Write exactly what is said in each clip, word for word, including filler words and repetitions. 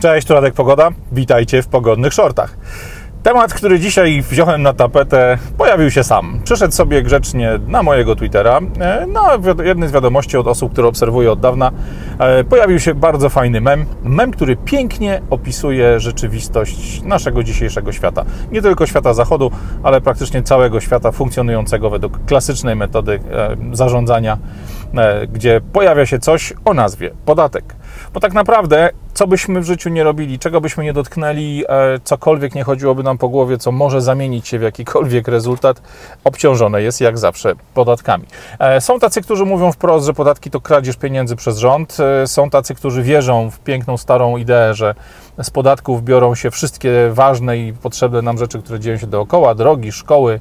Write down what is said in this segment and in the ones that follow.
Cześć, tu Radek Pogoda. Witajcie w Pogodnych Shortach. Temat, który dzisiaj wziąłem na tapetę, pojawił się sam. Przyszedł sobie grzecznie na mojego Twittera. Na jednej z wiadomości od osób, które obserwuję od dawna, pojawił się bardzo fajny mem. Mem, który pięknie opisuje rzeczywistość naszego dzisiejszego świata. Nie tylko świata zachodu, ale praktycznie całego świata funkcjonującego według klasycznej metody zarządzania, gdzie pojawia się coś o nazwie podatek. Bo tak naprawdę, co byśmy w życiu nie robili, czego byśmy nie dotknęli, cokolwiek nie chodziłoby nam po głowie, co może zamienić się w jakikolwiek rezultat, obciążone jest jak zawsze podatkami. Są tacy, którzy mówią wprost, że podatki to kradzież pieniędzy przez rząd. Są tacy, którzy wierzą w piękną, starą ideę, że z podatków biorą się wszystkie ważne i potrzebne nam rzeczy, które dzieją się dookoła, drogi, szkoły,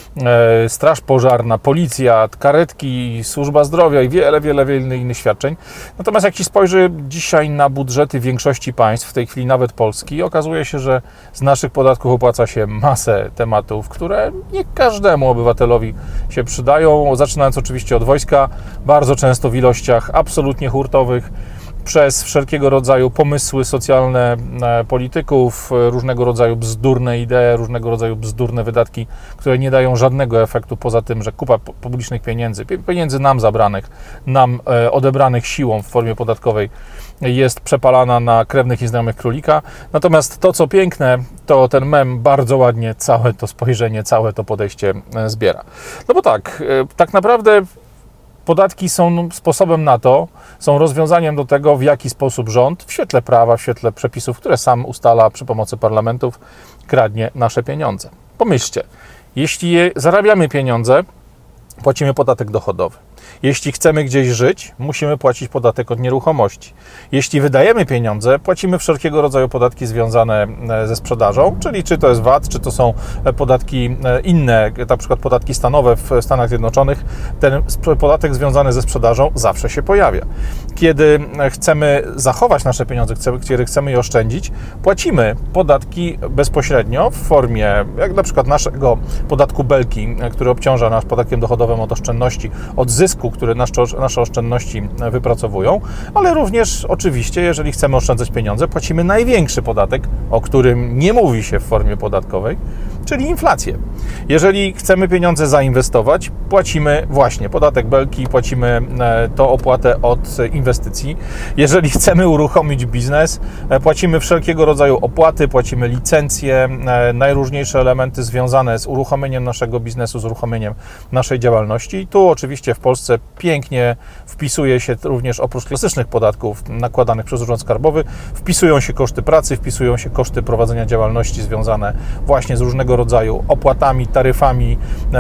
straż pożarna, policja, karetki, służba zdrowia i wiele, wiele, wiele innych świadczeń. Natomiast jak się spojrzy dzisiaj na budżety większości państw, w tej chwili nawet Polski, okazuje się, że z naszych podatków opłaca się masę tematów, które nie każdemu obywatelowi się przydają, zaczynając oczywiście od wojska, bardzo często w ilościach absolutnie hurtowych, przez wszelkiego rodzaju pomysły socjalne polityków, różnego rodzaju bzdurne idee, różnego rodzaju bzdurne wydatki, które nie dają żadnego efektu poza tym, że kupa publicznych pieniędzy, pieniędzy nam zabranych, nam odebranych siłą w formie podatkowej jest przepalana na krewnych i znajomych królika. Natomiast to, co piękne, to ten mem bardzo ładnie całe to spojrzenie, całe to podejście zbiera. No bo tak, tak naprawdę podatki są sposobem na to, są rozwiązaniem do tego, w jaki sposób rząd, w świetle prawa, w świetle przepisów, które sam ustala przy pomocy parlamentów, kradnie nasze pieniądze. Pomyślcie, jeśli zarabiamy pieniądze, płacimy podatek dochodowy. Jeśli chcemy gdzieś żyć, musimy płacić podatek od nieruchomości. Jeśli wydajemy pieniądze, płacimy wszelkiego rodzaju podatki związane ze sprzedażą, czyli czy to jest V A T, czy to są podatki inne, na przykład podatki stanowe w Stanach Zjednoczonych. Ten podatek związany ze sprzedażą zawsze się pojawia. Kiedy chcemy zachować nasze pieniądze, kiedy chcemy je oszczędzić, płacimy podatki bezpośrednio w formie, jak na przykład naszego podatku Belki, który obciąża nas podatkiem dochodowym od oszczędności, od zysku, które nasze oszczędności wypracowują, ale również oczywiście, jeżeli chcemy oszczędzać pieniądze, płacimy największy podatek, o którym nie mówi się w formie podatkowej, czyli inflację. Jeżeli chcemy pieniądze zainwestować, płacimy właśnie podatek Belki, płacimy to opłatę od inwestycji. Jeżeli chcemy uruchomić biznes, płacimy wszelkiego rodzaju opłaty, płacimy licencje, najróżniejsze elementy związane z uruchomieniem naszego biznesu, z uruchomieniem naszej działalności. I tu oczywiście w Polsce pięknie wpisuje się również, oprócz klasycznych podatków nakładanych przez Urząd Skarbowy, wpisują się koszty pracy, wpisują się koszty prowadzenia działalności związane właśnie z różnego rodzaju opłatami, taryfami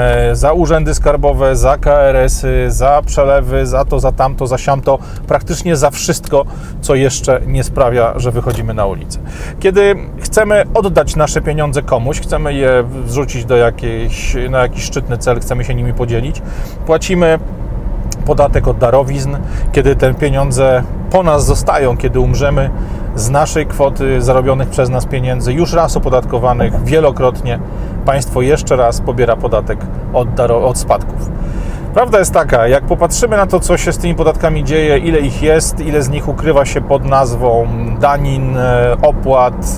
za urzędy skarbowe, za K R S-y, za przelewy, za to, za tamto, za siamto, praktycznie za wszystko, co jeszcze nie sprawia, że wychodzimy na ulicę. Kiedy chcemy oddać nasze pieniądze komuś, chcemy je wrzucić do jakiejś, na jakiś szczytny cel, chcemy się nimi podzielić, płacimy podatek od darowizn. Kiedy te pieniądze po nas zostają, kiedy umrzemy, z naszej kwoty zarobionych przez nas pieniędzy, już raz opodatkowanych wielokrotnie, państwo jeszcze raz pobiera podatek od, daro- od spadków. Prawda jest taka, jak popatrzymy na to, co się z tymi podatkami dzieje, ile ich jest, ile z nich ukrywa się pod nazwą danin, opłat,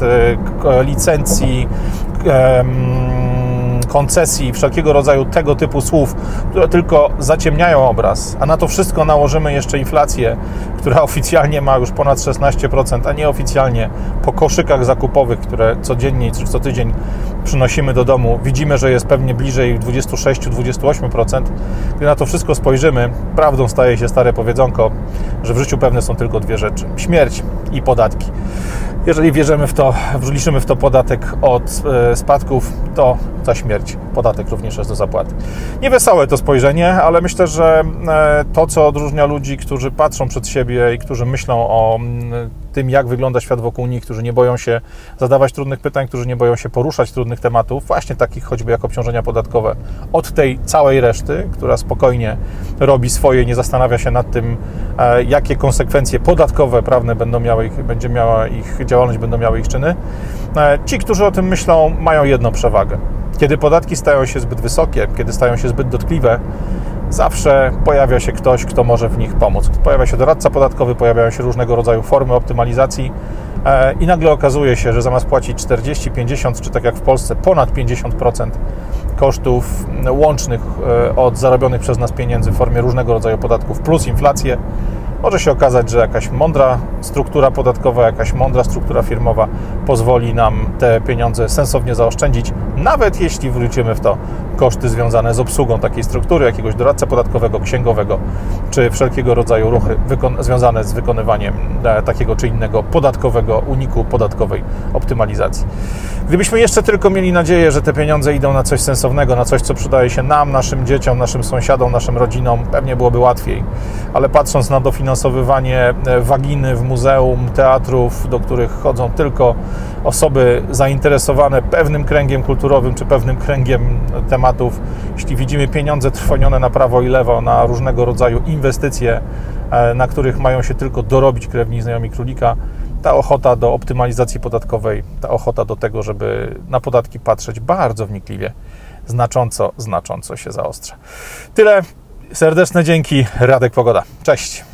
licencji, koncesji, wszelkiego rodzaju tego typu słów, które tylko zaciemniają obraz, a na to wszystko nałożymy jeszcze inflację, która oficjalnie ma już ponad szesnaście procent, a nieoficjalnie po koszykach zakupowych, które codziennie czy co tydzień przynosimy do domu, widzimy, że jest pewnie bliżej dwadzieścia sześć do dwudziestu ośmiu procent. Gdy na to wszystko spojrzymy, prawdą staje się stare powiedzonko, że w życiu pewne są tylko dwie rzeczy: śmierć i podatki. Jeżeli wierzymy w to, wliczymy w to podatek od e, spadków, to za śmierć podatek również jest do zapłaty. Niewesołe to spojrzenie, ale myślę, że e, to, co odróżnia ludzi, którzy patrzą przed siebie i którzy myślą o m, tym, jak wygląda świat wokół nich, którzy nie boją się zadawać trudnych pytań, którzy nie boją się poruszać trudnych tematów, właśnie takich choćby jak obciążenia podatkowe, od tej całej reszty, która spokojnie robi swoje, nie zastanawia się nad tym, e, jakie konsekwencje podatkowe, prawne będą miały ich, będzie miała ich działalność, będą miały ich czyny. E, ci, którzy o tym myślą, mają jedną przewagę. Kiedy podatki stają się zbyt wysokie, kiedy stają się zbyt dotkliwe, zawsze pojawia się ktoś, kto może w nich pomóc. Pojawia się doradca podatkowy, pojawiają się różnego rodzaju formy optymalizacji, i nagle okazuje się, że zamiast płacić czterdzieści, pięćdziesiąt czy tak jak w Polsce ponad pięćdziesiąt procent kosztów łącznych od zarobionych przez nas pieniędzy w formie różnego rodzaju podatków plus inflację, może się okazać, że jakaś mądra struktura podatkowa, jakaś mądra struktura firmowa pozwoli nam te pieniądze sensownie zaoszczędzić, nawet jeśli wliczymy w to koszty związane z obsługą takiej struktury, jakiegoś doradcę podatkowego, księgowego, czy wszelkiego rodzaju ruchy związane z wykonywaniem takiego czy innego podatkowego uniku, podatkowej optymalizacji. Gdybyśmy jeszcze tylko mieli nadzieję, że te pieniądze idą na coś sensownego, na coś, co przydaje się nam, naszym dzieciom, naszym sąsiadom, naszym rodzinom, pewnie byłoby łatwiej. Ale patrząc na dofinansowywanie waginy w muzeum, teatrów, do których chodzą tylko osoby zainteresowane pewnym kręgiem kulturowym czy pewnym kręgiem tematów, jeśli widzimy pieniądze trwonione na prawo i lewo, na różnego rodzaju inwestycje, na których mają się tylko dorobić krewni i znajomi królika, ta ochota do optymalizacji podatkowej, ta ochota do tego, żeby na podatki patrzeć bardzo wnikliwie, znacząco, znacząco się zaostrza. Tyle. Serdeczne dzięki. Radek Pogoda. Cześć.